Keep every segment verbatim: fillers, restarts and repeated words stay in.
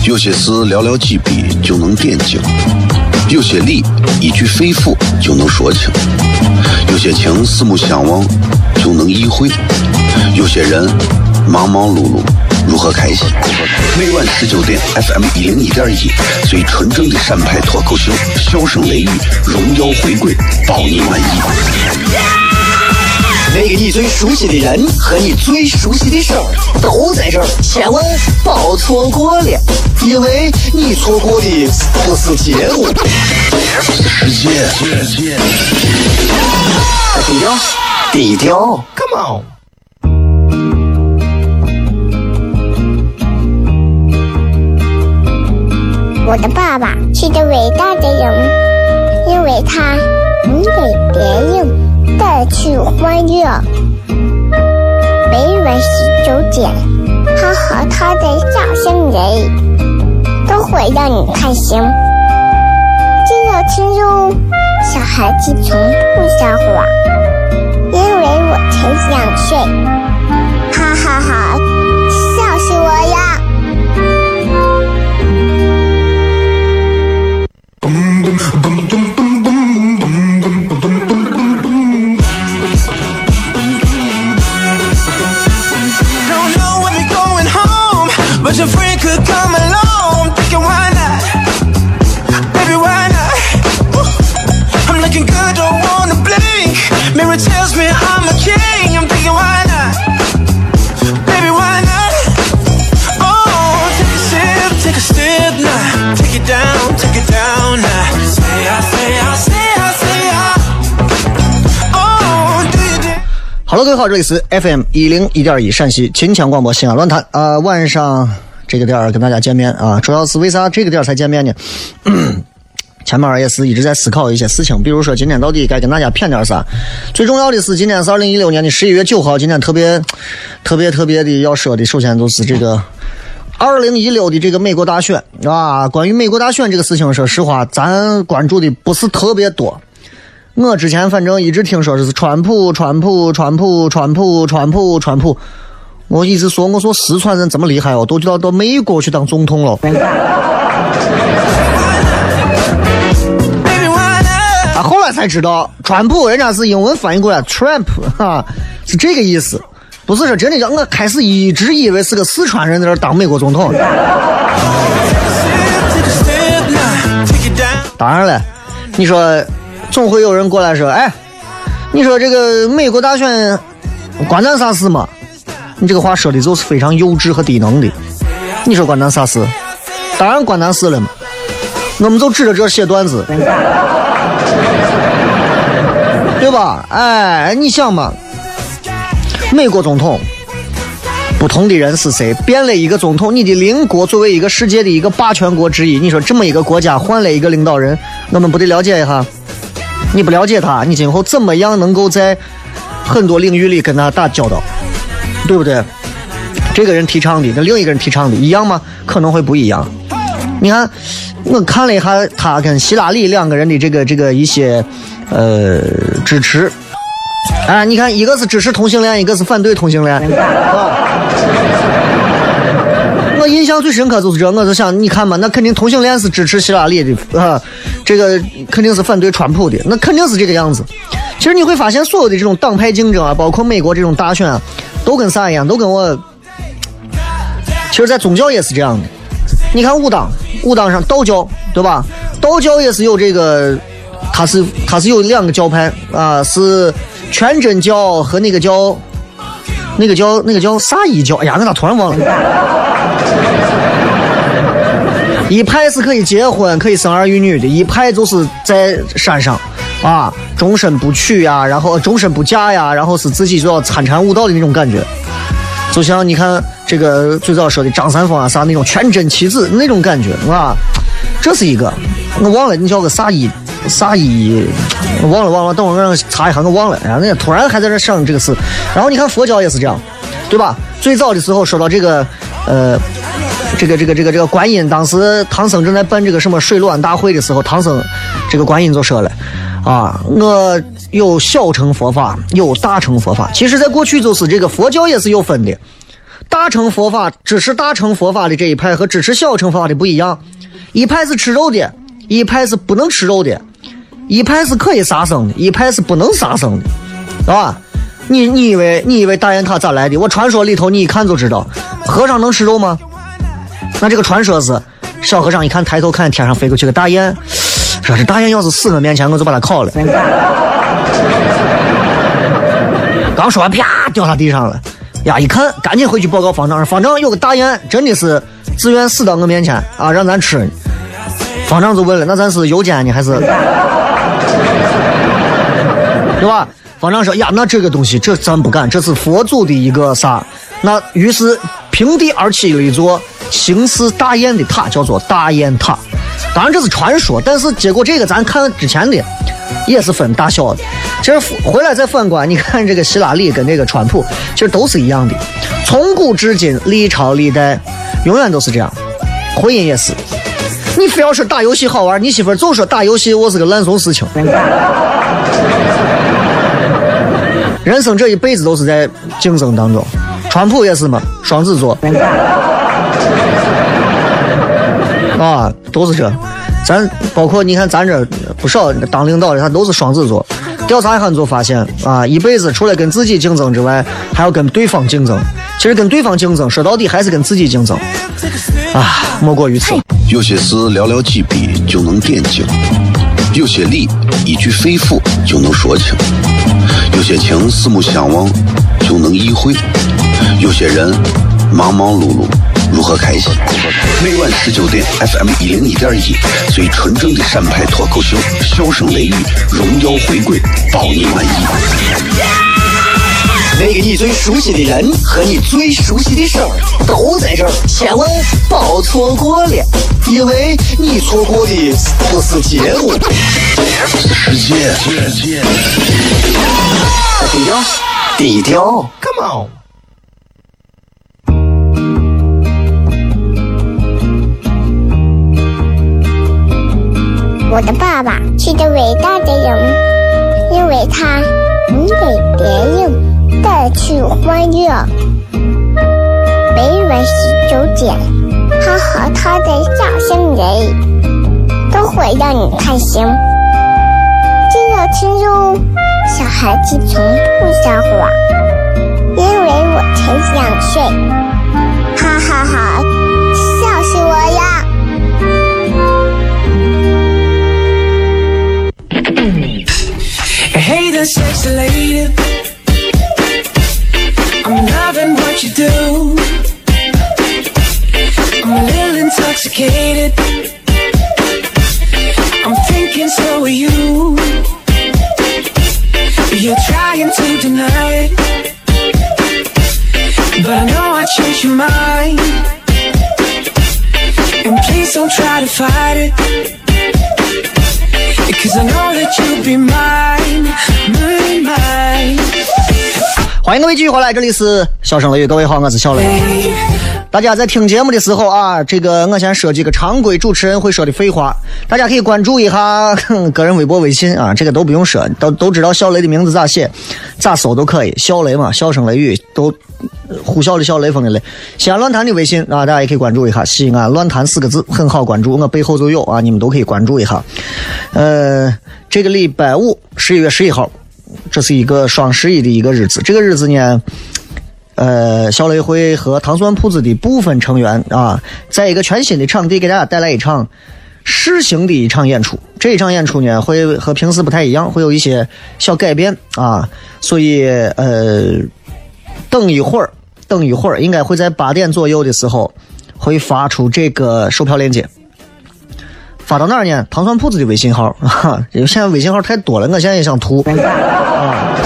有些事寥寥几笔就能点睛，有些理一句肺腑就能说清，有些情四目相望就能意会，有些人忙忙碌碌如何开心。每晚十九点 F M 一零一点一，最纯正的陕派脱口秀，笑声雷雨，荣耀回归，保你满意。 那个你最熟悉的人和你最熟悉的事儿都在这儿，千万别错过了，因为你错过的不是节目， 世界。 低调，低调 ，Come on。 我的爸爸是个伟大的人，因为他能给别人带去欢乐。每晚十九点，他和他的笑声人，都会让你开心。记得听哟，小孩子从不撒谎，因为我才两岁。哈哈哈，笑死我呀！ But your friend could come along, thinking why not? Baby, why not? I'm looking good, don't wanna blink. Mirror tells me I'm a king, I'm thinking why not? Baby, why not? Oh, take a sip, take a sip now. Take it down, take it down now. Say I, say I, say I, say I. Oh, do you dare? 好了，各位好，这里是 F M 一零一点一陕西秦腔广播西安论坛啊、呃，晚上这个点儿跟大家见面啊，主要是为啥这个点儿才见面呢？前面也是一直在思考一些事情，比如说今天到底该跟大家谝点啥。最重要的是，今天是二零一六年的十一月九号，今天特别特别特别的要说的，首先就是这个二零一六的这个美国大选啊。关于美国大选这个事情，说实话，咱关注的不是特别多。我之前反正一直听说是川普川普川普川普川普川普，我一直说我说四川人这么厉害哦，都知道到美国去当总统了。啊，后来才知道川普人家是英文翻译过来 Trump 哈，是这个意思，不是说真的叫我开始一直以为是个四川人在这当美国总统。当然了，你说总会有人过来说，哎，你说这个美国大选关咱啥事嘛？你这个话说的就是非常幼稚和低能的。你说关咱啥事？当然关咱事了嘛。我们就指着这写段子，对吧？哎，你想嘛，美国总统不同的人是谁？变了一个总统，你的邻国作为一个世界的一个霸权国之一，你说这么一个国家换了一个领导人，我们不得了解一下？你不了解他，你今后怎么样能够在很多领域里跟他打交道，对不对？这个人提倡的跟另一个人提倡的一样吗？可能会不一样。你看，我看了一下他跟希拉里两个人的这个这个一些呃支持，哎，你看一个是支持同性恋，一个是反对同性恋。我印象最深刻就是这，我就想，你看嘛，那肯定同性恋是支持希拉里的啊，这个肯定是反对川普的，那肯定是这个样子。其实你会发现，所有的这种党派竞争啊，包括美国这种大选啊，都跟啥一样，都跟我，其实在宗教也是这样的。你看武当，武当上道教，对吧？道教也是有这个，它是它是有两个教派啊，是全真教和那个叫那个叫那个叫啥一教，哎呀，那咋突然忘了？一派是可以结婚可以生儿育女的，一派就是在山上啊终身不娶呀，然后终身不嫁呀，然后是自己就要参禅悟道的那种感觉。就像你看这个最早说的张三丰啊啥那种全真妻子那种感觉啊，这是一个我忘了你叫个啥一啥一我忘了忘了，等我让查一下我忘了，然后那突然还在这上这个事。然后你看佛教也是这样，对吧？最早的时候说到这个呃这个这个这个这个观音，当时唐僧正在办这个什么水陆安大会的时候，唐僧这个观音就说了啊，我有小乘佛法有大乘佛法。其实在过去就是这个佛教也是有分的， 大乘佛法支持大乘佛法的这一派和支持小乘佛法的不一样，一派是吃肉的，一派是不能吃肉的，一派是可以杀生的，一派是不能杀生的，是吧？你你以为你以为大雁塔咋来的？我传说里头你一看就知道，和尚能吃肉吗？那这个传说是小和尚一看抬头看天上飞过去个大雁，说这大雁要是死我面前我就把它烤了。刚说完啪掉下地上了呀！一看赶紧回去报告方丈，方丈有个大雁真的是自愿死到我面前啊，让咱吃。方丈就问了，那咱是油煎呢还是对吧？方丈说呀，那这个东西这咱不敢，这是佛祖的一个啥？那于是平地而起了一座形似大雁的塔，叫做大雁塔。当然这是传说，但是结果这个咱看之前的也是分大小的。其实回来再反观，你看这个希拉里跟这个川普，其实都是一样的，从古至今历朝历代永远都是这样。婚姻也是，你非要说打游戏好玩，你媳妇儿就说打游戏我是个烂怂事情。人生这一辈子都是在竞争当中，川普也是嘛，双子座啊，都是这。咱包括你看咱这不少当领导的他都是双子座。调查一下你就发现啊，一辈子除了跟自己竞争之外，还要跟对方竞争。其实跟对方竞争说到底还是跟自己竞争啊，莫过于此。 有些事寥寥几笔就能点睛，有些理一句肺腑就能说清，有些情四目相望就能意会，有些人忙忙碌碌如何开心？每晚十九点 F M 一零一点一，最纯正的陕派脱口秀，笑声雷雨，荣耀回归，保你满意。 那个你最熟悉的人和你最熟悉的事儿都在这儿，千万别错过了，因为你错过的不是节目， 世界。 低调，低调 ，Come on。 我的爸爸是个伟大的人，因为他能给别人带去欢乐。每晚十九点，他和他的笑声人，都会让你开心。记得听哟，小孩子从不撒谎，因为我才两岁。哈哈哈，笑死我呀！ Hey there, sexy lady, I'm loving what you do. I'm a little intoxicated, I'm thinking so are you. You're trying to deny it, but I know I changed your mind. And please don't try to fight it, because I know that you'll be mine, mine, mine. 欢迎各位继续回来，这里是笑声雷雨，各位好，我是小雷。大家在听节目的时候啊，这个我先说几个常规主持人会说的废话，大家可以关注一下个人微博微信啊，这个都不用说，都都知道小雷的名字咋写咋搜都可以，小雷嘛，笑声雷雨，都呼啸的笑，雷锋的雷。西安论坛的微信啊，大家也可以关注一下，西安论坛四个字很好关注，我背后就有啊，你们都可以关注一下。呃，这个礼拜五十一月十一号，这是一个双十一的一个日子，这个日子呢呃，小雷会和糖蒜铺子的部分成员啊，在一个全新的场地给大家带来一场试行的一场演出。这一场演出呢，会和平时不太一样，会有一些小改变啊，所以呃，等一会儿，等一会儿，应该会在八点左右的时候会发出这个售票链接。发到哪儿呢？糖蒜铺子的微信号啊，因为现在微信号太多了，我现在也想涂啊。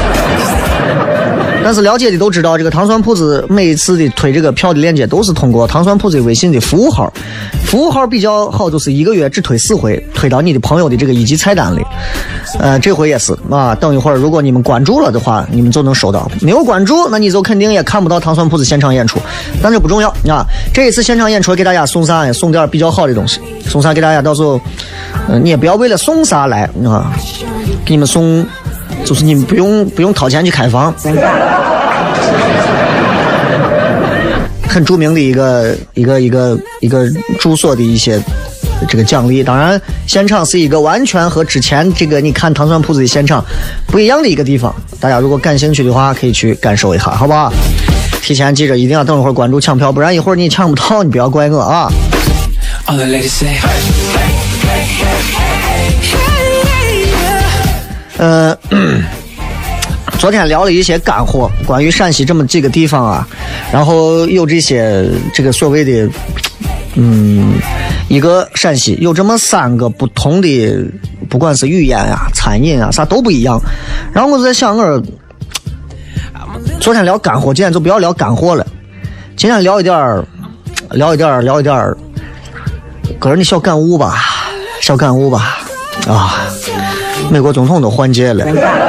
但是了解的都知道，这个糖蒜铺子每一次的推这个票的链接都是通过糖蒜铺子微信的服务号，服务号比较好，就是一个月只推四回，推到你的朋友的这个一级菜单里。呃，这回也是啊，等一会儿如果你们关注了的话，你们就能收到；没有关注，那你就肯定也看不到糖蒜铺子现场演出。但这不重要啊，这一次现场演出给大家送啥呀？送点比较好的东西，送啥给大家？到时候，呃，你也不要为了送啥来啊，给你们送。就是你们不用不用掏钱去开房， 很著名的一个一个一个一个住所的一些这个奖励。当然现场是一个完全和之前这个你看糖蒜铺子的现场不一样的一个地方，大家如果感兴趣的话可以去感受一下，好不好？提前记着一定要等一会儿关注抢票，不然一会儿你抢不到你不要怪我啊。呃昨天聊了一些干货，关于陕西这么几个地方啊，然后有这些这个所谓的嗯，一个陕西有这么三个不同的，不管是语言啊、餐饮啊啥都不一样。然后我就在想，我昨天聊干货，今天就不要聊干货了，今天聊一点聊一点聊一点个人的小感悟吧，小感悟吧啊！美国总统都换届了。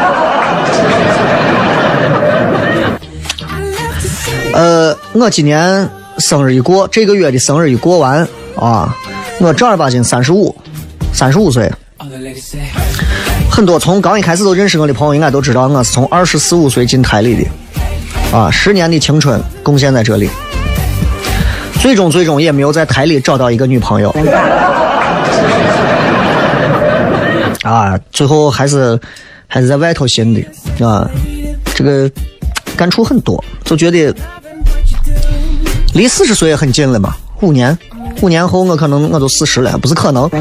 呃，我今年生日一过，这个月的生日一过完啊，我正儿八经三十五，三十五岁。很多从刚一开始都认识我的朋友应该都知道，我是从二十四五岁进台里的，啊，十年的青春贡献在这里。最终最终也没有在台里找到一个女朋友，啊，最后还是还是在外头寻的啊，这个感触很多，就觉得。离四十岁也很近了嘛，五年，五年后我可能我都四十了，不是可能。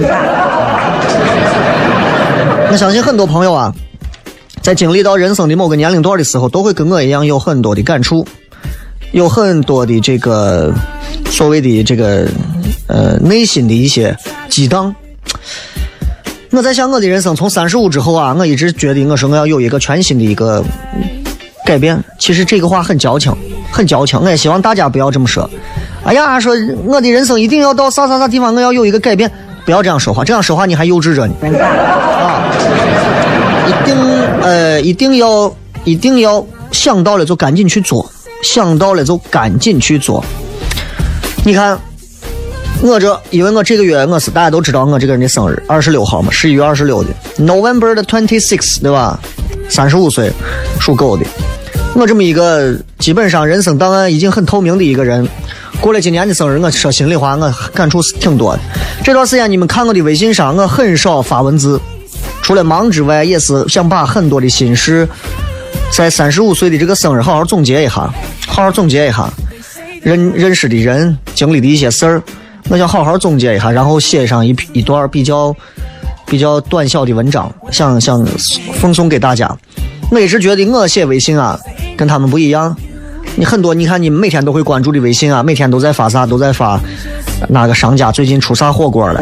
我相信很多朋友啊，在经历到人生的某个年龄段的时候，都会跟我一样有很多的感触，有很多的这个所谓的这个呃内心的一些激荡。我在想我的人生从三十五之后啊，我一直觉得我说我要有一个全新的一个改变。其实这个话很矫情。很矫情，我也希望大家不要这么说。哎呀，说我的人生一定要到啥啥啥地方，我要有一个改变，不要这样说话，这样说话你还幼稚着你啊！一定呃，一定要一定要想到了就赶紧去做，想到了就赶紧去做。你看，我这因为我这个月我是大家都知道我这个人的生日，二十六号嘛，十一月二十六的 ，November 的 twenty six， 对吧？三十五岁，属狗的。我这么一个基本上人生档案已经很透明的一个人，过了今年的生日，我说心里话，我感触是挺多的。这段时间你们看我的微信上，我很少发文字，除了忙之外，也是想把很多的心事，在三十五岁的这个生日好好总结一下，好好总结一下，认认识的人，经历的一些事儿，我想好好总结一下，然后写上一一段比较比较短小的文章，想想奉送给大家。我一直觉得我写微信啊跟他们不一样，你很多你看你们每天都会关注的微信啊，每天都在发啥，都在发哪个商家最近出啥火锅了，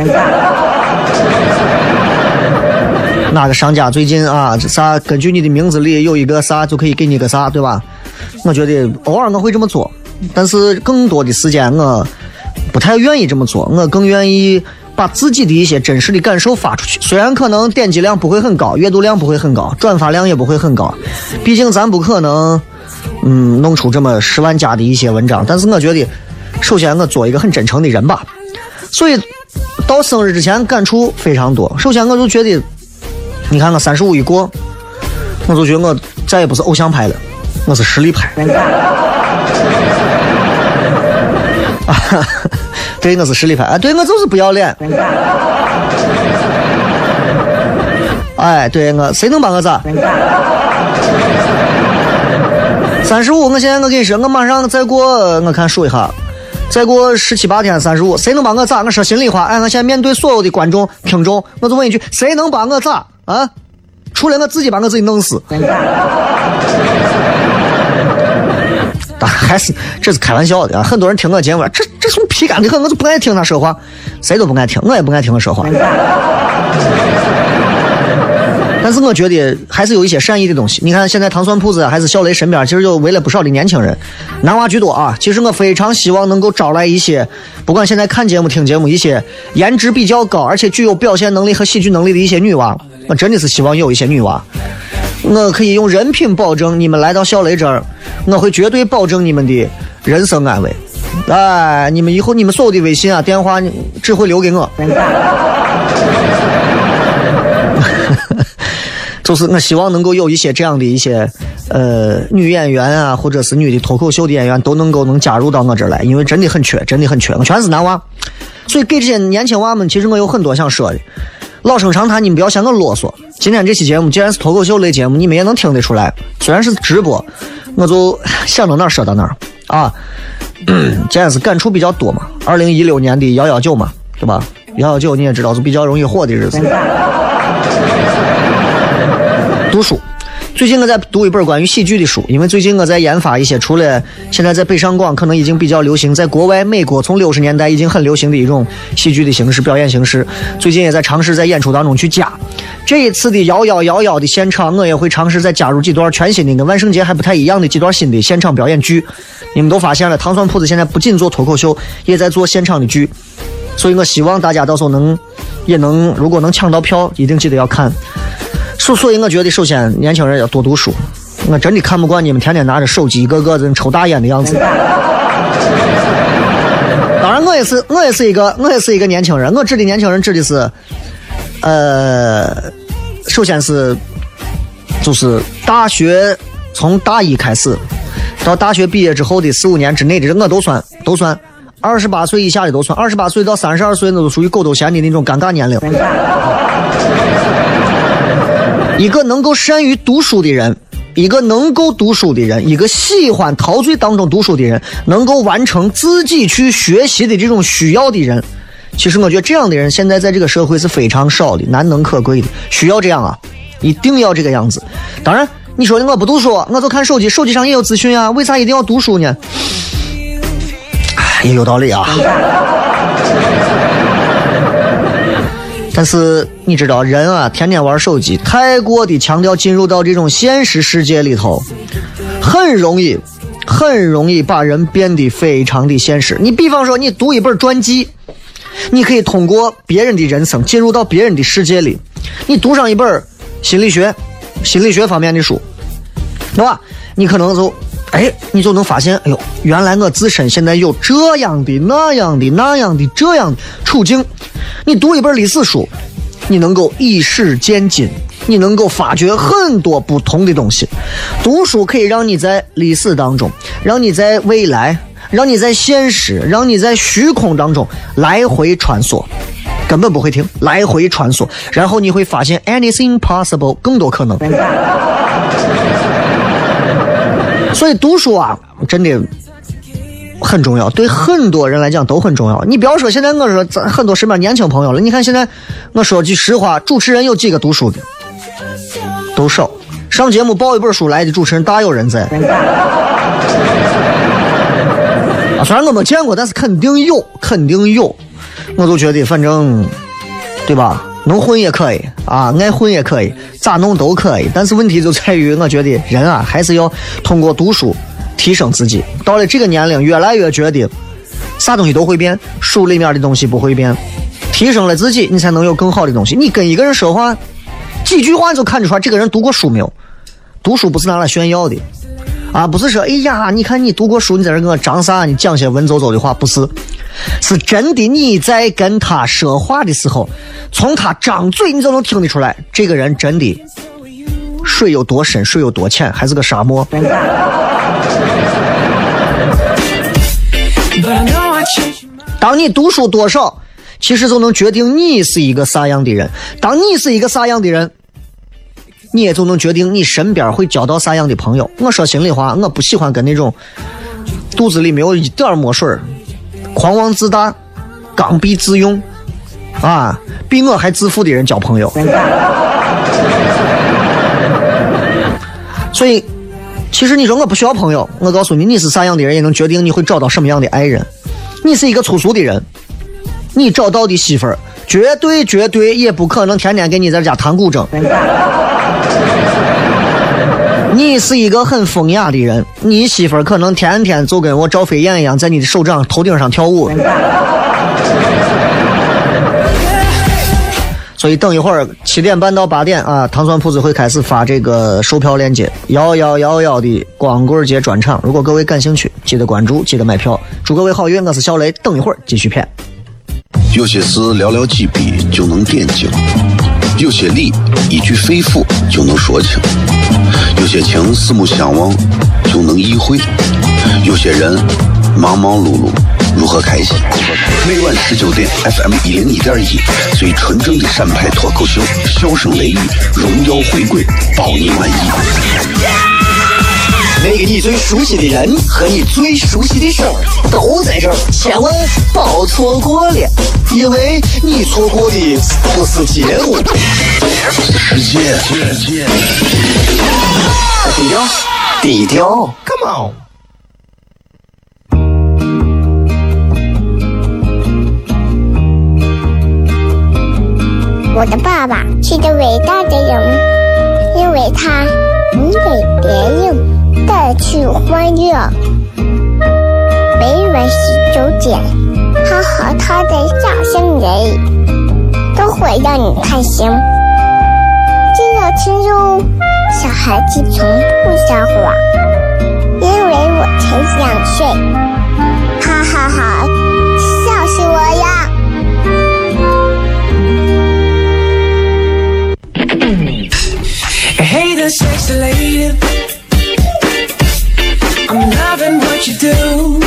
哪个商家最近啊啥根据你的名字里有一个啥就可以给你个啥，对吧？我觉得偶尔我会这么做，但是更多的时间我不太愿意这么做，我更愿意把自己的一些真实的感受发出去，虽然可能点击量不会很高，阅读量不会很高，转发量也不会很高，毕竟咱不可能嗯弄出这么十万加的一些文章，但是我觉得首先我做一个很真诚的人吧，所以到生日之前感触非常多。首先我就觉得你看我三十五一过，我就觉得我再也不是偶像派了，我是实力派对，我是实力派啊！对，我就是不要脸。哎，对我，谁能把我咋？三十五，我现在我跟你说，我马上再过，我看数一下，再过十七八天，三十五，谁能把我咋？我说心里话，哎，我现在面对所有的观众听众，我就问一句，谁能把我咋啊？除了我自己把我自己弄死。当然还是这是开玩笑的啊！很多人听我节目，这这什么皮干的很，我就不爱听他说话，谁都不爱听，我也不爱听他说话。但是我觉得还是有一些善意的东西。你看现在糖蒜铺子还是小雷身边，其实就围了不少的年轻人，男娃居多啊。其实我非常希望能够招来一些，不管现在看节目听节目，一些颜值比较高而且具有表现能力和喜剧能力的一些女娃，我真的是希望有一些女娃。我可以用人品保证你们来到小雷这儿，我会绝对保证你们的人生安危。哎，你们以后你们所有的微信啊电话只会留给我。 就是我希望能够有一些这样的一些呃女演员啊，或者是女的脱口秀的演员都能够能加入到我这儿来，因为真的很缺，真的很缺，我全是男娃，所以给这些年轻娃们，其实我有很多想说的。老生常谈，你们不要嫌我啰嗦。今天这期节目既然是脱口秀类节目，你们也能听得出来，虽然是直播，我就想到哪儿说到哪儿啊。这也是感触比较多嘛。二零一六年的幺幺九嘛，对吧？幺幺九你也知道是比较容易火的日子。读书，最近我在读一本关于喜剧的书，因为最近我在研发一些，除了现在在北上广可能已经比较流行，在国外美国从六十年代已经很流行的一种喜剧的形式，表演形式，最近也在尝试在演出当中去加。这一次的幺幺幺幺的现场，我也会尝试再加入几段全新的跟万圣节还不太一样的几段新的现场表演剧。你们都发现了，糖蒜铺子现在不仅做脱口秀，也在做现场的剧，所以我希望大家到时候能也能，如果能抢到票，一定记得要看。所以我觉得首先年轻人要多读书，我真的看不惯你们天天拿着手机一个个人抽大烟的样子。当然我也是我也是一个我也是一个年轻人，我指的年轻人指的是呃首先是就是大学从大一开始到大学毕业之后的四五年之内的人，我都算都算二十八岁以下的都算，二十八岁到三十二岁那都属于狗头衔的那种尴尬年龄。一个能够善于读书的人，一个能够读书的人，一个喜欢陶醉当中读书的人，能够完成自己去学习的这种需要的人，其实我觉得这样的人现在在这个社会是非常少的，难能可贵的，需要这样啊，一定要这个样子。当然你说我不读书，我就看手机，手机上也有资讯啊，为啥一定要读书呢？也有道理啊。但是你知道人啊，天天玩手机，太过的强调进入到这种现实世界里头，很容易很容易把人变得非常的现实。你比方说你读一本传记，你可以通过别人的人生进入到别人的世界里，你读上一本心理学心理学方面的书，对吧？你可能就哎，你就能发现，哎呦，原来我自身现在有这样的那样的那样的这样的处境。你读一本历史书，你能够以史见今，你能够发掘很多不同的东西。读书可以让你在历史当中，让你在未来，让你在现实，让你在虚空当中来回穿梭，根本不会停，来回穿梭，然后你会发现 anything possible， 更多可能。所以读书啊，真的很重要，对很多人来讲都很重要。你不要说现在我说咱很多身边年轻朋友了，你看现在我说句实话，主持人有几个读书的都少，上节目报一本书来的主持人大有人在。啊，虽然我没见过，但是肯定有，肯定有。我都觉得反正对吧，能混也可以啊，爱混也可以，咋弄都可以。但是问题就在于，我觉得人啊还是要通过读书提升自己。到了这个年龄，越来越觉得啥东西都会变，书里面的东西不会变。提升了自己，你才能有更好的东西。你跟一个人说话，几句话就看得出来这个人读过书没有。读书不是拿来炫耀的啊，不是说哎呀，你看你读过书，你在这跟我张啥，你讲些文绉绉的话，不是。是真的，你在跟他说话的时候，从他张嘴你就能听得出来，这个人真的水有多深，水有多浅，还是个沙漠。当你读书多少，其实就能决定你是一个啥样的人。当你是一个啥样的人，你也就能决定你身边会交到啥样的朋友。我说心里话，我不喜欢跟那种肚子里没有一点墨水、狂妄自大、刚愎自用啊，比我还自负的人交朋友。所以其实你说我不需要朋友，我告诉你，你是啥样的人也能决定你会找到什么样的爱人。你是一个粗俗的人，你找到的媳妇儿绝对绝对也不可能天天给你在家弹古筝。你是一个很风雅的人，你媳妇儿可能天天就跟我赵飞燕一样在你的手掌头顶上跳舞。所以等一会儿七点半到八点啊，糖蒜铺子会开始发这个售票链接，幺幺幺幺的光棍节专场。如果各位感兴趣，记得关注，记得买票。祝各位好运，我是小雷，等一会儿继续骗。 有些事寥寥几笔就能点睛，有些力一句肺腑就就能说清，有些情四目相望就能意会，有些人忙忙碌碌如何开心。每晚十九点 F M 一零一点一，最纯正的陕派脱口秀，笑声雷雨，荣耀回归，保你满意。 那个你最熟悉的人和你最熟悉的事儿都在这儿，千万别错过了，因为你错过的不是节目， 世界低调低调 Come on。 我的爸爸是个伟大的人，因为他能给别人带去欢乐。每晚十九点，他和他的笑声人，都会让你开心。记得听哟，小孩子从不撒谎，因为我才两岁。哈哈哈，笑死我呀！ Hey there, sexy lady, I'm loving what you do.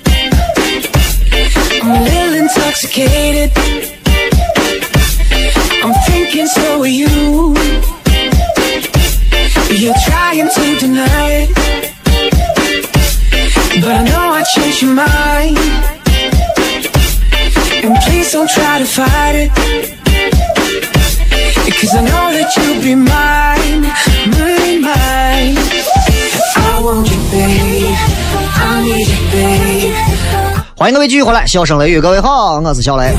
I'm a little intoxicated, I'm thinking so are you. You're trying to deny it, but I know I changed your mind. And please don't try to fight it, because I know that you'll be mine, mine, mine. I want you, babe. I need you, babe. 欢迎各位继续回来，笑声雷雨，各位好，我是小雷。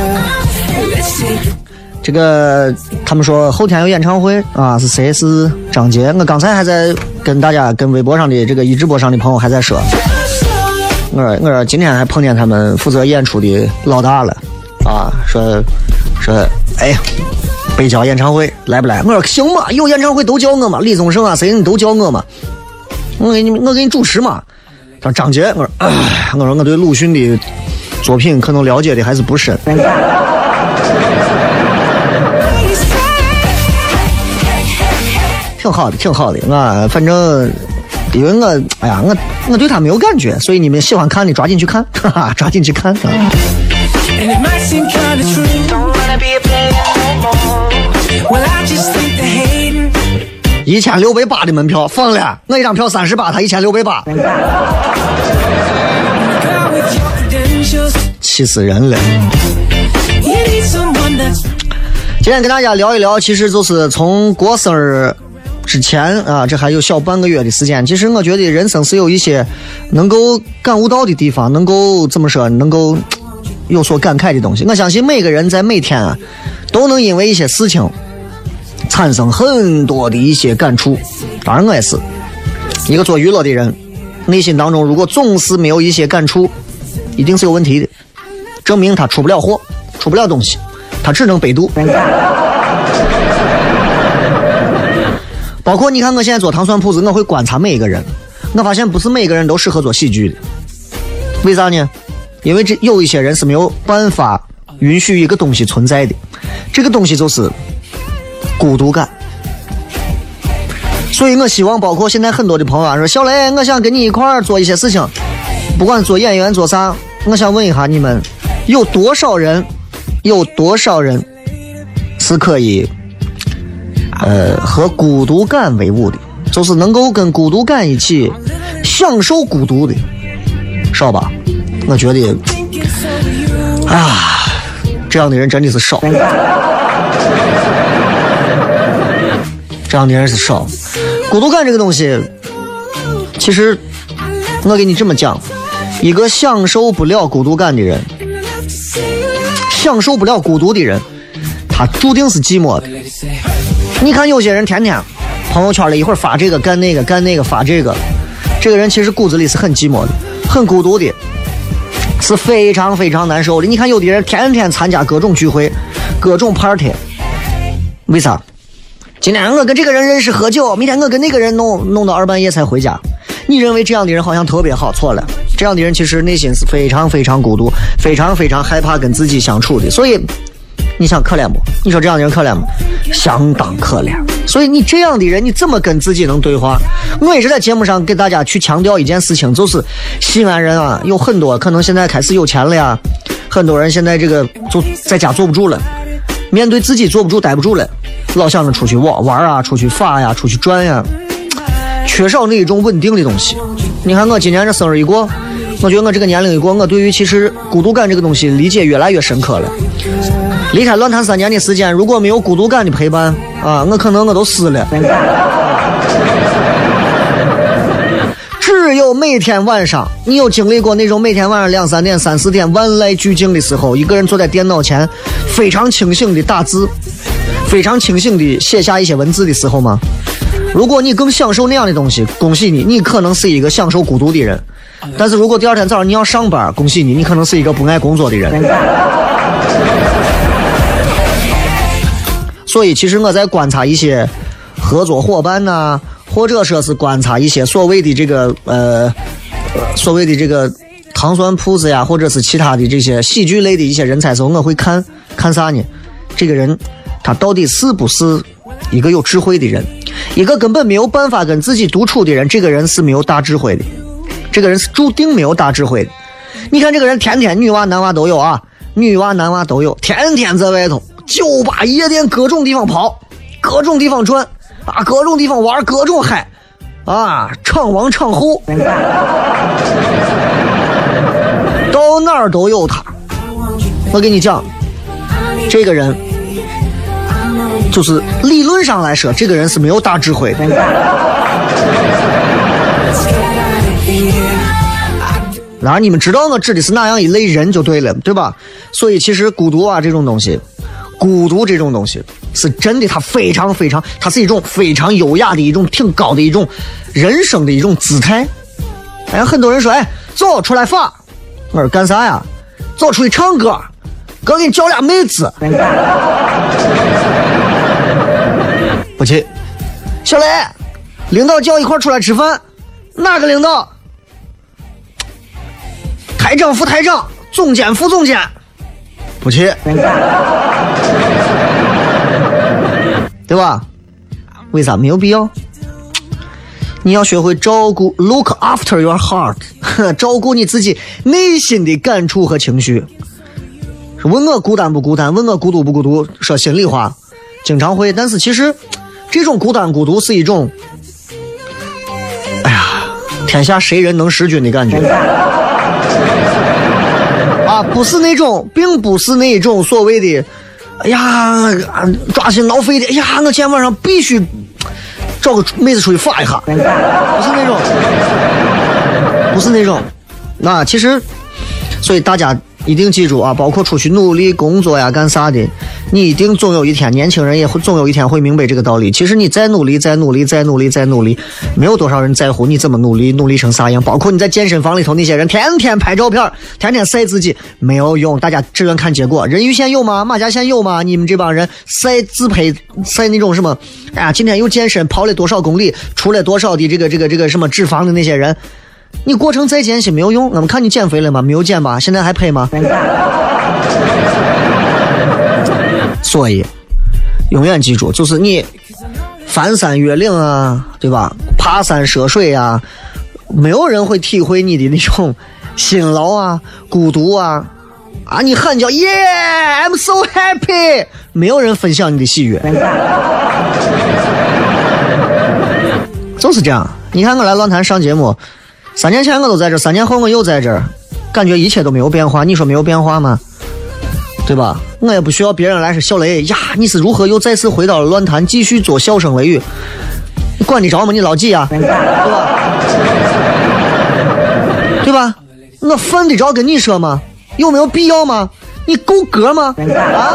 这个他们说后天有演唱会啊，是谁？是张杰。我刚才还在跟大家跟微博上的这个一直播上的朋友还在说，我说我说今天还碰见他们负责演出的老大了啊，说说哎。北郊演唱会来不来？我说行嘛，有演唱会都叫我嘛，李宗盛啊，谁你都叫我嘛，我给你我给你主持嘛。他说张杰，我说、呃、我说我对鲁迅的作品可能了解的还是不深。挺好的，挺好的啊，反正因为我哎呀，我我对他没有感觉，所以你们喜欢看的抓紧去看，哈哈，抓紧去看啊。一千六百八的门票疯了，我一张票三十八，他一千六百八，气死人了。今天跟大家聊一聊，其实就是从过生日之前啊，这还有小半个月的时间。其实我觉得人生是有一些能够感悟到的地方，能够怎么说，能够有所感慨的东西。我相信每个人在每天啊，都能因为一些事情产生很多的一些感触。当然我也是一个做娱乐的人，内心当中如果总是没有一些感触，一定是有问题的，证明他出不了货，出不了东西，他只能百度。包括你看我现在做糖蒜铺子，我会观察每一个人，我发现不是每个人都适合做喜剧的。为啥呢？因为这有一些人是没有办法允许一个东西存在的，这个东西就是孤独感。所以我希望包括现在很多的朋友啊说，小雷我想跟你一块儿做一些事情，不管做演员做啥，我想问一下你们有多少人有多少人是可以呃和孤独感为伍的，就是能够跟孤独感一起享受孤独的，少吧？我觉得啊这样的人真的是少，这样的人是少。孤独感这个东西，其实我给你这么讲，一个享受不了孤独感的人，享受不了孤独的人，他注定是寂寞的。你看有些人天天朋友圈里一会儿发这个干那个干那个发这个，这个人其实骨子里是很寂寞的，很孤独的，是非常非常难受的。你看有的人天天参加各种聚会各种 party， 为啥？今天我跟这个人认识喝酒，明天我跟那个人弄弄到二半夜才回家。你认为这样的人好像特别好，错了。这样的人其实内心是非常非常孤独，非常非常害怕跟自己相处的。所以你想可怜不？你说这样的人可怜不？相当可怜。所以你这样的人，你怎么跟自己能对话？我也是在节目上给大家去强调一件事情，就是西安人啊，有很多可能现在开始有钱了呀，很多人现在这个就在家坐不住了，面对自己坐不住待不住了，老想着出去玩玩啊，出去发呀，出去转呀，缺少那一种稳定的东西。你看我今年这生日一过，我觉得我这个年龄一过，我对于其实孤独感这个东西理解越来越深刻了。离开乱谈三年的时间，如果没有孤独感的陪伴啊，我可能我都死了。只有每天晚上，你有经历过那种每天晚上两三点、三四点万籁俱静的时候，一个人坐在电脑前，非常清醒的打字，非常清醒的写下一些文字的时候吗？如果你更享受那样的东西，恭喜你，你可能是一个享受孤独的人。但是如果第二天早上你要上班，恭喜你，你可能是一个不爱工作的人。所以其实我在观察一些合作伙伴呐、啊，或者说是观察一些所谓的这个呃所谓的这个糖酸铺子呀，或者是其他的这些喜剧类的一些人才的时候，我会看看啥呢？这个人他到底是不是一个有智慧的人？一个根本没有办法跟自己独处的人，这个人是没有大智慧的，这个人是注定没有大智慧的。你看这个人天天女娃男娃都有啊，女娃男娃都有，天天在外头酒吧夜店各种地方跑，各种地方转啊，各种地方玩，各种嗨啊，场王场后到哪儿都有他。我跟你讲，这个人就是理论上来说，这个人是没有大智慧的。当然你们知道我指的是哪样一类人就对了，对吧？所以其实孤独啊这种东西，孤独这种东西是真的，它非常非常，它是一种非常优雅的一种挺高的一种人生的一种姿态。哎，很多人说，哎，走出来发，我说干啥呀？走出去唱歌，哥给你叫俩妹子。不去。小雷，领导叫一块出来吃饭，哪个领导？台长、副台长、总监、副总监，不去，对吧？为啥？没有必要。你要学会照顾 ，look after your heart， 照顾你自己内心的感触和情绪。问我孤单不孤单？问我孤独不孤独？说心里话，经常会，但是其实这种孤单孤独是一种，哎呀，天下谁人能识君的感觉。啊，不是那种，并不是那种所谓的，哎呀，抓心挠肺的，哎呀，我今天晚上必须找个妹子出去发一下，不是那种，不是那种。那其实，所以大家一定记住啊，包括出去努力工作呀，干啥的，你一定总有一天，年轻人也会总有一天会明白这个道理。其实你再努力，再努力，再努力，再努力，没有多少人在乎你怎么努力，努力成啥样。包括你在健身房里头那些人，天天拍照片，天天晒自己，没有用。大家只愿看结果。人鱼线有吗？马甲线有吗？你们这帮人晒自拍，晒那种什么？哎呀，今天又健身，跑了多少公里，出了多少的这个这个这个什么脂肪的那些人。你过程再艰辛没有用，我们看你减肥了吗？没有减吧？现在还配吗？所以永远记住，就是你翻山越岭啊，对吧？爬山涉水啊，没有人会体会你的那种辛劳啊、孤独啊啊！你喊叫 Yeah, I'm so happy， 没有人分享你的喜悦，就是这样。你看我来乱谈上节目。三年前我都在这，三年后我又在这儿，感觉一切都没有变化。你说没有变化吗？对吧？我也不需要别人来说小雷呀，你是如何又再次回到了乱谈，继续做笑声雷雨？你管得着吗？你老几啊？对吧？对吧？我犯得着跟你说吗？有没有必要吗？你够格吗？啊？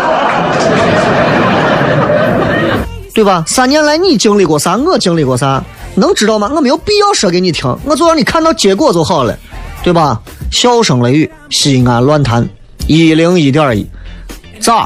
对吧？三年来你经历过啥？我经历过啥？能知道吗？我没有必要说给你听，我就让你看到结果就好了，对吧？笑声雷雨，西安乱谈一零一点一，咋？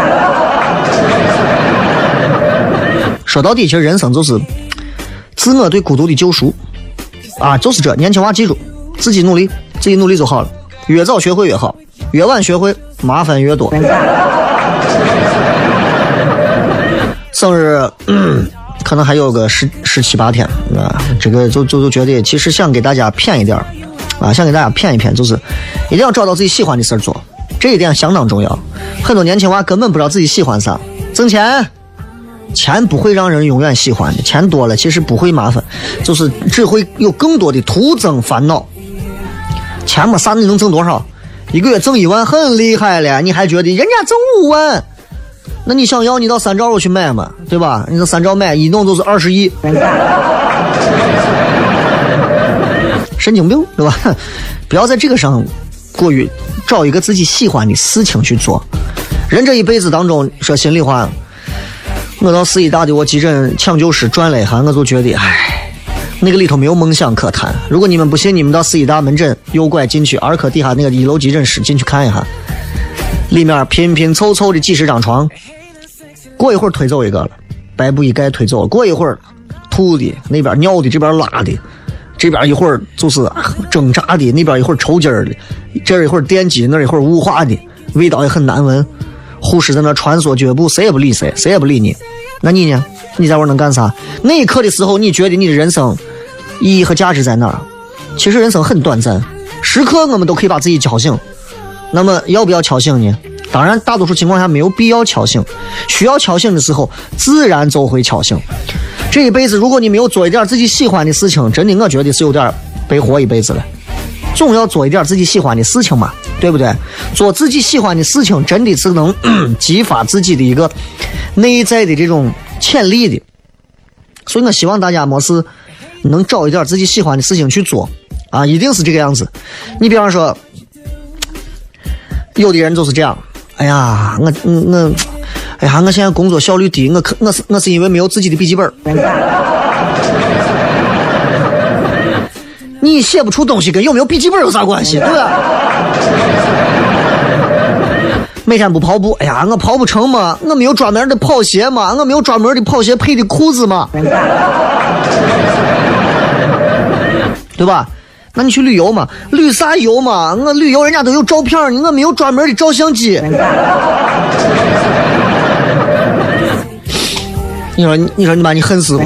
说到底，其实人生就是自我对孤独的救赎啊，就是这。年轻娃记住，自己努力，自己努力就好了，越早学会越好，越晚学会麻烦越多。 生日、嗯、可能还有个十十七八天啊，这个就就就觉得其实想给大家骗一点啊，想给大家骗一骗，就是一定要找到自己喜欢的事儿做，这一点相当重要。很多年轻娃根本不知道自己喜欢啥，挣钱。钱不会让人永远喜欢的，钱多了其实不会麻烦，就是只会有更多的徒增烦恼。钱嘛，啥你能挣多少？一个月挣一万很厉害了，你还觉得人家挣五万？那你想要你到三兆我去买嘛，对吧？你到三兆买一弄都是二十亿，神经病，对吧？不要在这个上过于找一个自己喜欢的事情去做。人这一辈子当中，说心里话。我到四医大的我急诊抢救室转了一下，我就觉得唉，那个里头没有梦想可谈。如果你们不信，你们到四医大门诊右拐进去儿科底下那个一楼急诊室进去看一下，里面拼拼凑凑的几十张床，过一会儿推走一个了，白布一盖推走了，过一会儿吐的那边尿的这边拉的，这边一会儿就是挣扎的，那边一会儿抽筋的，这一会儿电击，那一会儿雾化的，味道也很难闻。护士在那穿梭脚步，谁也不理谁，谁也不理你。那你呢？你在这能干啥？那一刻的时候，你觉得你的人生意义和价值在哪儿？其实人生很短暂，时刻我们都可以把自己敲醒。那么要不要敲醒呢？当然，大多数情况下没有必要敲醒。需要敲醒的时候，自然就会敲醒。这一辈子，如果你没有做一点自己喜欢的事情，真的我觉得是有点白活一辈子了。总要做一点自己喜欢的事情嘛，对不对？做自己喜欢的事情真的是能激发自己的一个内在的这种潜力的，所以我希望大家没事能找一点自己喜欢的事情去做啊，一定是这个样子。你比方说有的人就是这样，哎呀我我哎呀我现在工作效率低，我我是我是因为没有自己的笔记本。你写不出东西跟有没有笔记本有啥关系，对吧？每天不跑步，哎呀我跑不成嘛，我没有专门的跑鞋嘛，我没有专门的跑鞋配的裤子嘛，对吧？那你去旅游嘛，旅啥游嘛？我旅游人家都有照片，我没有专门的照相机。你说你说你把你恨死不？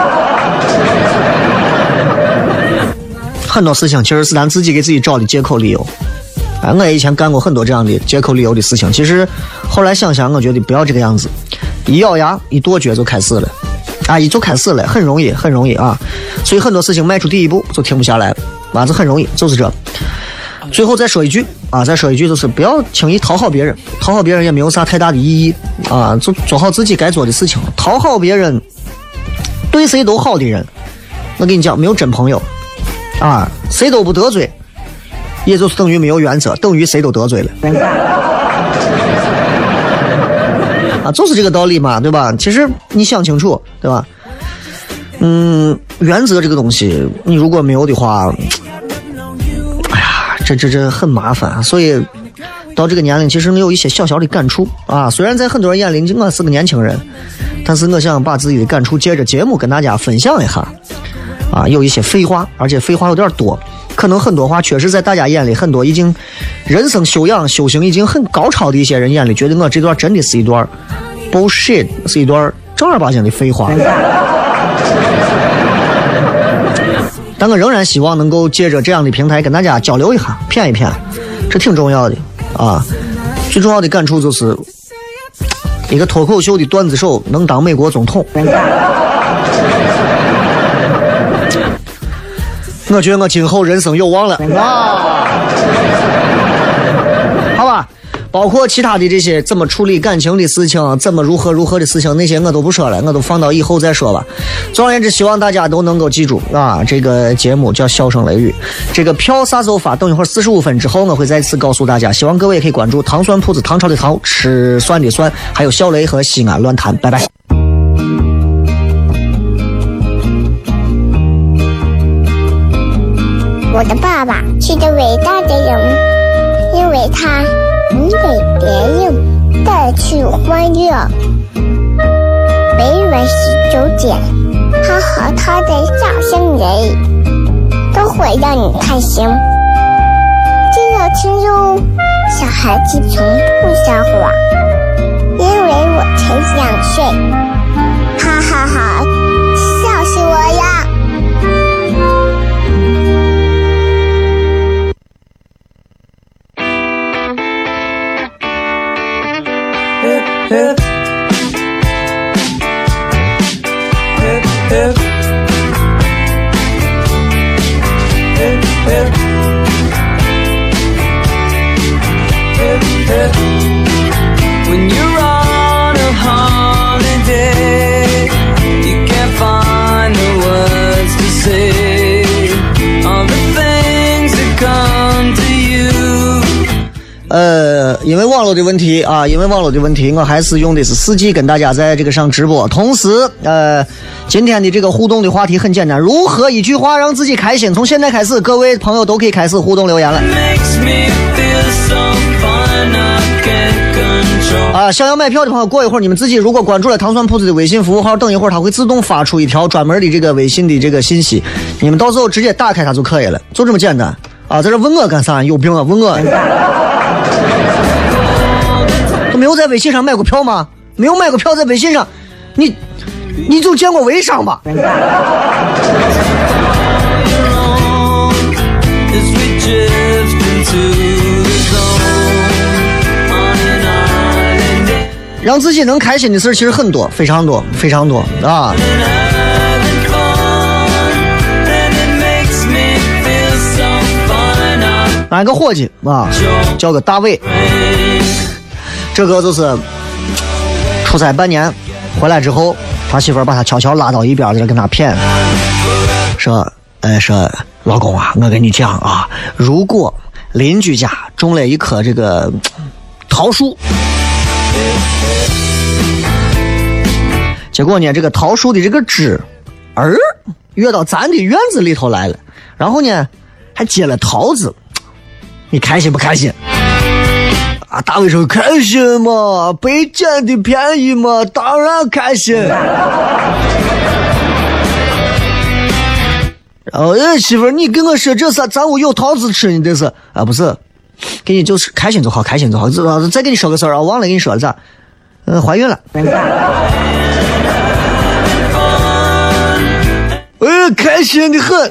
很多事情其实是咱自己给自己找的借口理由。哎，我以前干过很多这样的借口理由的事情，其实后来想想我觉得不要这个样子，一咬牙一跺脚就开始了啊，一就开始了，很容易很容易啊。所以很多事情迈出第一步就停不下来了啊，这很容易，就是这。最后再说一句啊，再说一句，就是不要轻易讨好别人，讨好别人也没有啥太大的意义啊，就做好自己该做的事情。讨好别人，对谁都好的人，我跟你讲，没有真朋友啊，谁都不得罪，也就是等于没有原则，等于谁都得罪了啊，就是这个道理嘛，对吧？其实你想清楚，对吧？嗯，原则这个东西，你如果没有的话，哎呀，这这这很麻烦。所以到这个年龄，其实你有一些小小的感触啊。虽然在很多人眼里我是个年轻人，但是我想把自己的感触借着节目跟大家分享一下。啊，有一些废话，而且废话有点多，可能很多话确实在大家眼里，很多已经人生修养修行已经很高超的一些人眼里，觉得我这段真的是一段 bullshit， 是一段正儿八经的废话。但我仍然希望能够借着这样的平台跟大家交流一下，骗一骗，这挺重要的啊。最重要的感触就是一个脱口秀的段子手能当美国总统。我觉得我今后人生有望了啊！好吧，包括其他的这些怎么处理感情的事情，怎么如何如何的事情，那些我都不说了，我都放到以后再说吧。总而言之，希望大家都能够记住啊，这个节目叫笑声雷雨，这个票啥时候发？等一会儿四十五分之后，我会再次告诉大家。希望各位也可以关注糖酸铺子，唐朝的唐，吃酸的酸，还有小雷和西安乱谈。拜拜。 我的爸爸是个伟大的人，因为他能给别人带去欢乐。每晚十九点，他和他的笑声人，都会让你开心。记得听哟，小孩子从不撒谎。 hip, hip, hip, hip, hip, hip, hip. When you're on a holiday, you can't find the words to say all the things that come to you. 呃，因为网络的问题啊，因为网络的问题，我还是用的是四 G 跟大家在这个上直播。同时，呃，今天的这个互动的话题很简单，如何一句话让自己开心？从现在开始，各位朋友都可以开始互动留言了。啊，想要买票的朋友，过一会儿你们自己如果关注了糖蒜铺子的微信服务号，等一会儿它会自动发出一条专门的这个微信的这个信息，你们到时候直接打开它就可以了，就这么简单啊！在这问我干啥？有病啊？问我？都没有在微信上买过票吗？没有买过票在微信上，你你就见过微商吧？让自己能开心的事其实很多，非常多，非常多啊！来个伙计啊，叫个大卫，这个就是出差半年回来之后，他媳妇儿把他悄悄拉到一边，在这跟他骗，说：“哎，说老公啊，我跟你讲啊，如果邻居家种了一棵这个桃树。”结果呢，这个桃树的这个枝儿跃到咱的院子里头来了，然后呢还结了桃子，你开心不开心？啊，大卫说开心嘛，被捡的便宜嘛，当然开心。然后哎，媳妇儿，你跟我说这啥？咱屋有桃子吃，你这是啊？不是，给你就是开心就好，开心就好。再跟你说个事儿啊，忘了跟你说了咋？嗯，怀孕了。哎，开心的很。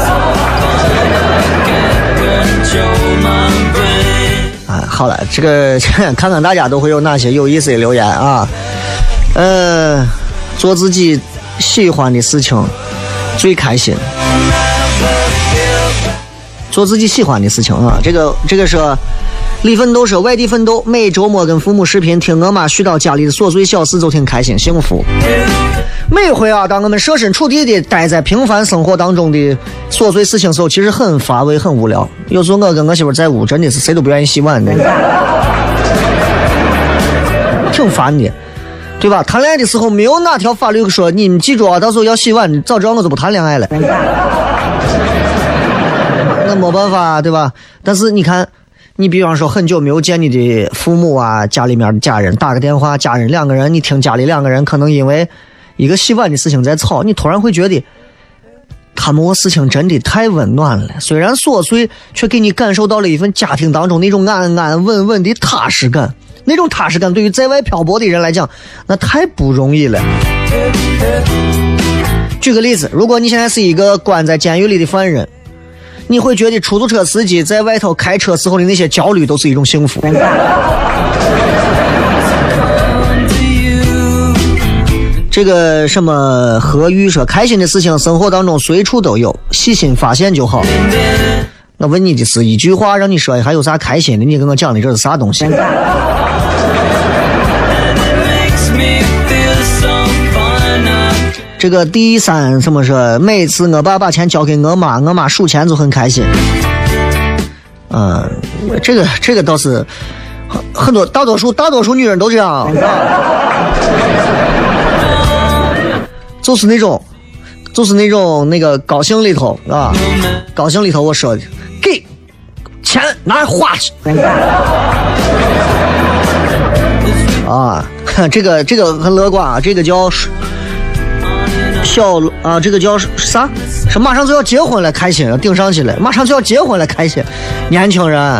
啊，好了，这个看看大家都会有哪些有意思的留言啊。呃，做自己喜欢的事情最开心。做自己喜欢的事情啊，这个这个是李奋斗说，外地奋斗，每周末跟父母视频，听我妈絮叨家里的琐碎小事，就挺开心幸福。每回啊，当我们设身处地的待在平凡生活当中的琐碎事情的时候，其实很乏味很无聊。有时候我跟我媳妇在屋真的是谁都不愿意洗碗的，挺烦的，对吧？谈恋爱的时候没有哪条法律说你们记住啊，到时候要洗碗，早知道我就不谈恋爱了。那没办法，对吧？但是你看，你比方说很久没有见你的父母啊，家里面的家人，打个电话，家人两个人，你听家里两个人可能因为一个洗碗的事情在吵，你突然会觉得他们的事情真的太温暖了，虽然琐碎，却给你感受到了一份家庭当中那种安安稳稳的踏实感。那种踏实感对于在外漂泊的人来讲，那太不容易了。举个例子，如果你现在是一个关在监狱里的犯人，你会觉得出租车司机在外头开车时候的那些焦虑都是一种幸福。这个什么何玉说，开心的事情生活当中随处都有，细心发现就好。我问你的是一句话让你说还有啥开心的，你跟我讲的这是啥东西？这个第三什么说，每次我爸把钱交给我妈，我妈数钱就很开心。嗯，这个这个倒是很很多，大多数大多数女人都这样，就是那种就是那种那个高兴里头啊，高兴里头我说的给钱拿来花去啊，这个这个很乐观啊，这个叫小啊，这个叫啥？是马上就要结婚了，开心了，顶上去了，马上就要结婚了，开心。年轻人，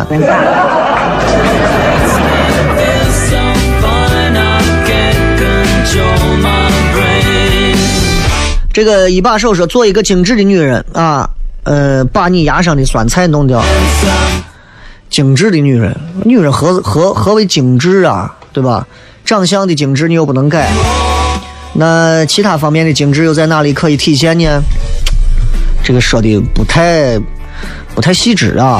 这个一把手说，做一个精致的女人啊，呃，把你牙上的酸菜弄掉。精致的女人，女人何何何为精致啊？对吧？ 长相的精致你又不能改，那其他方面的精致又在哪里可以体现呢？这个说的不太不太细致啊。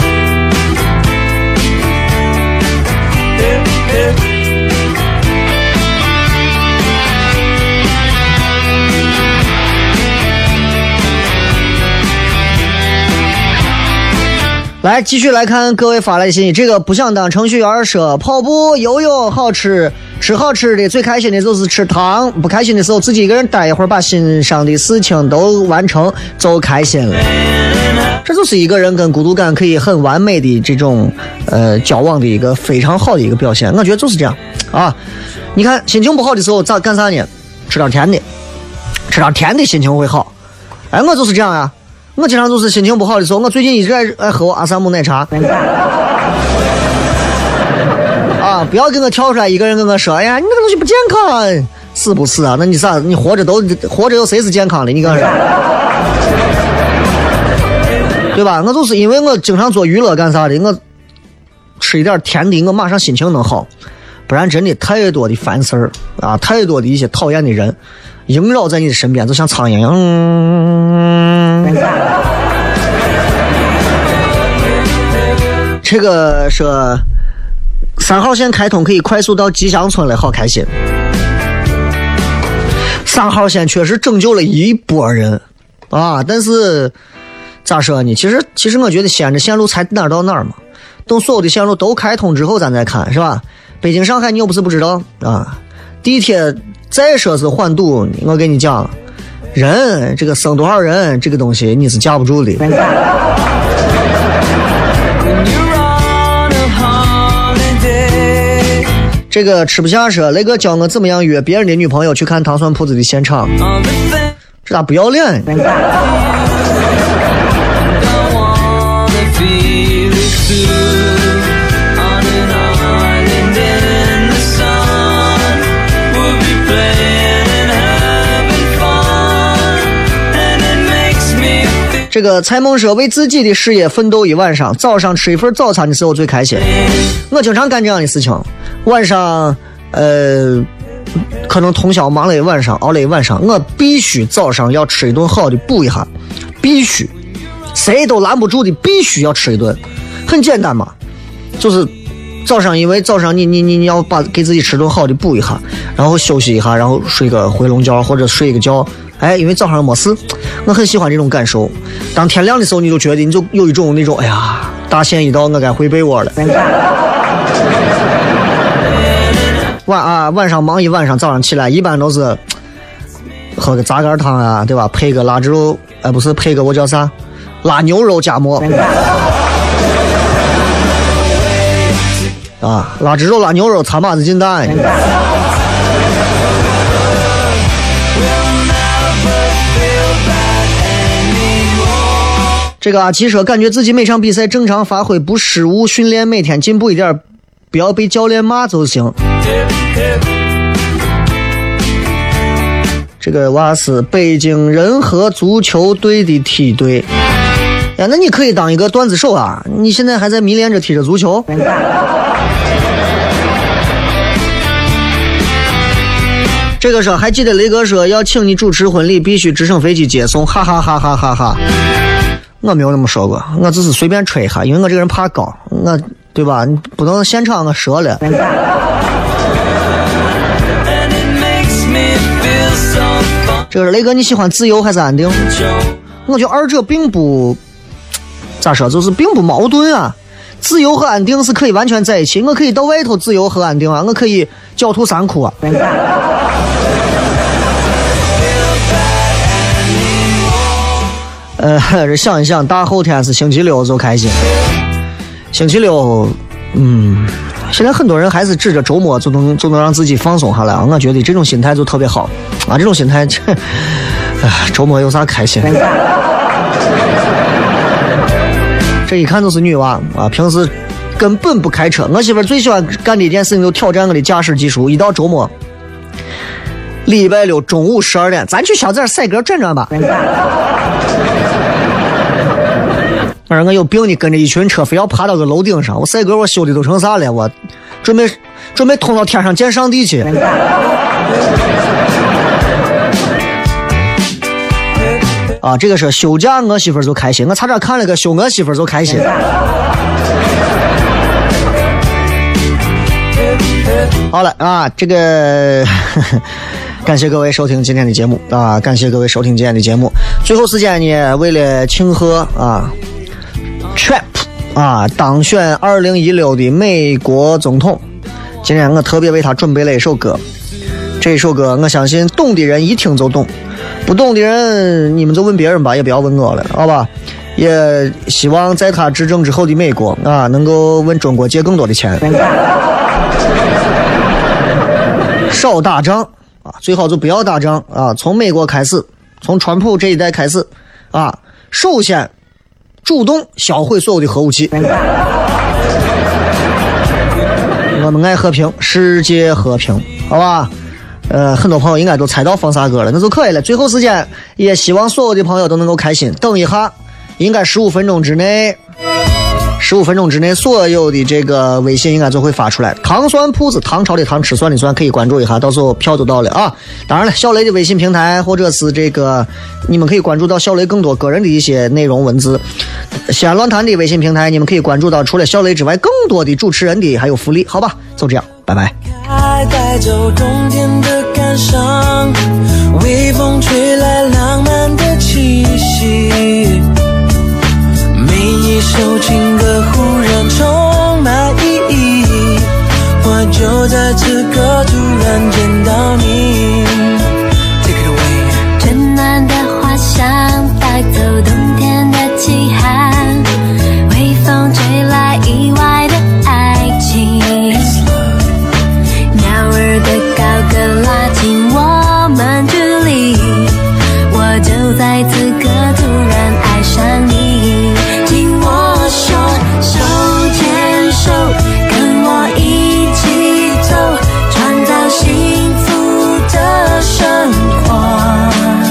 来继续来看各位发来信息，这个不想当程序员说跑步游泳好吃，吃好吃的最开心的就是吃糖，不开心的时候自己一个人待一会儿，把心上的事情都完成就开心了。这就是一个人跟孤独感可以很完美的这种呃交往的一个非常好的一个表现，我觉得就是这样啊。你看心情不好的时候咋干啥呢？吃点甜的，吃点甜的心情会好。哎，我就是这样呀。我经常就是心情不好的时候，我最近一直爱爱喝阿萨姆奶茶。啊，不要跟我跳出来一个人跟我说，哎呀，你那个东西不健康，是不是啊？那你啥？你活着都活着有谁是健康的？你跟我说，对吧？我就是因为我经常做娱乐干啥的，我吃一点甜的，我马上心情能好。不然真的太多的烦事儿啊，太多的一些讨厌的人萦绕在你的身边，就像苍蝇一样。嗯，这个说三号线开通可以快速到吉祥村了，好开心。三号线确实拯救了一波人啊，但是咋说呢？其实其实我觉得西安这线路才哪儿到哪儿嘛，等所有的线路都开通之后咱再看，是吧？北京上海你又不是不知道啊，地铁再说是缓堵，我跟你讲，人这个生多少人这个东西你是架不住的。这个吃不下说雷哥教我怎么样约别人的女朋友去看糖蒜铺子的现场，这咋不要脸？这个蔡梦说为自己的事业奋斗一晚上，早上吃一份早餐的时候最开心。我经常干这样的事情，晚上呃可能通宵忙了一晚上，熬了一晚上，我必须早上要吃一顿好的补一下，必须谁都拦不住的，必须要吃一顿。很简单嘛，就是早上，因为早上你你你你要把给自己吃顿好的补一下，然后休息一下，然后睡个回笼觉或者睡一个觉。哎，因为早上没事，我很喜欢这种感受。当天亮的时候，你就觉得你就有一种那种，哎呀，大限一到，我该回被窝了。晚啊，晚上忙一晚上，早上起来一般都是喝个杂干汤啊，对吧？配个腊汁肉，哎，不是配个我叫啥？腊牛肉夹馍。啊，腊汁肉、腊牛肉，擦马子进蛋。这个阿奇说，感觉自己每场比赛正常发挥，不失误，训练每天进步一点，不要被教练骂就行。这个娃是北京人和足球队的梯队呀，那你可以当一个段子手啊！你现在还在迷恋着踢着足球。这个说还记得雷哥说要请你主持婚礼，必须直升飞机接送，哈哈哈哈哈哈。我没有那么说过，我只是随便吹一下，因为我这个人怕高，我对吧？你不能现场我说了。这个雷哥，你喜欢自由还是安定？我觉得二者并不咋说，就是并不矛盾啊。自由和安定是可以完全在一起，我可以到外头自由和安定啊，我可以狡兔三窟啊。呃，想一想，大后天是星期六就开心。星期六，嗯，现在很多人还是指着周末就能就能让自己放松下来啊。我觉得这种心态就特别好啊，这种心态，哎，周末有啥开心？这一看就是女娃啊，平时根本不开车。我媳妇最喜欢干的一件事情就挑战我的驾驶技术。一到周末，礼拜六中午十二点，咱去小寨赛格转转吧。 那人我有病，你跟着一群车非要爬到个楼顶上，我赛格我修的都成啥了？我准备准备通到天上见上帝去。啊，这个是休假我媳妇就开心，我差点看了个休我媳妇就开心。好了啊，这个呵呵感谢各位收听今天的节目啊，感谢各位收听今天的节目。最后时间呢，为了庆贺啊 Trump 啊当选二零一六的美国总统，今天我特别为他准备了一首歌。这首歌我相信懂的人一听就懂，不懂的人你们就问别人吧，也不要问我了，好吧？也希望在他执政之后的美国啊，能够问中国借更多的钱，少打仗啊，最好就不要打仗啊！从美国开始，从川普这一代开始啊，首先主动销毁所有的核武器。我们爱和平，世界和平，好吧？呃，很多朋友应该都猜到放啥歌了，那就可以了。最后时间，也希望所有的朋友都能够开心。等一下，应该十五分钟之内，十五分钟之内，所有的这个微信应该就会发出来。糖酸铺子，唐朝的糖，吃酸的酸，可以关注一下，到时候票都到了啊。当然了，小雷的微信平台或者是这个，你们可以关注到小雷更多个人的一些内容文字。西安论坛的微信平台，你们可以关注到除了小雷之外更多的主持人的还有福利，好吧？就这样，拜拜。 带走冬天的感伤，微风吹来浪漫的气息，每一首情歌忽然充满意义，我就在此刻突然见到你。 Take it away。 春暖的花香带走冬天的凄寒，微风吹来意外的爱情，鸟儿的高歌拉近我们距离，我就在此刻突然爱上你。紧握手，手牵手，跟我一起走，创造幸福的生活。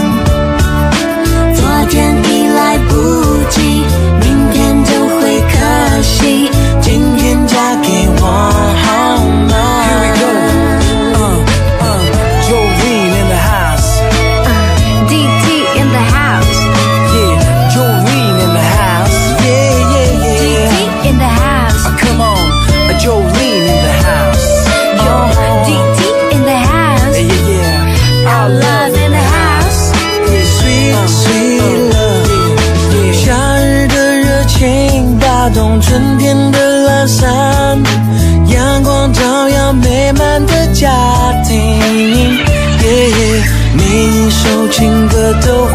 昨天已来不及，明天就会可惜，今天嫁给我好吗？ Here we go。 Uh, uh, Jolene in the house。 Uh, D T in the house。 Yeah, Jolene in the house。 Yeah, yeah, yeah。 D T in the house。 Uh, come on, uh, Jolene in the house。 Yo, uh, D T in the house。 Yeah, yeah, yeah。 Our love in the house。 Yeah, sweet, uh, sweet love。 Yeah, yeah。 夏日的热情打动春天的懒散，阳光照耀美满的家庭。Yeah, yeah。 每一首情歌都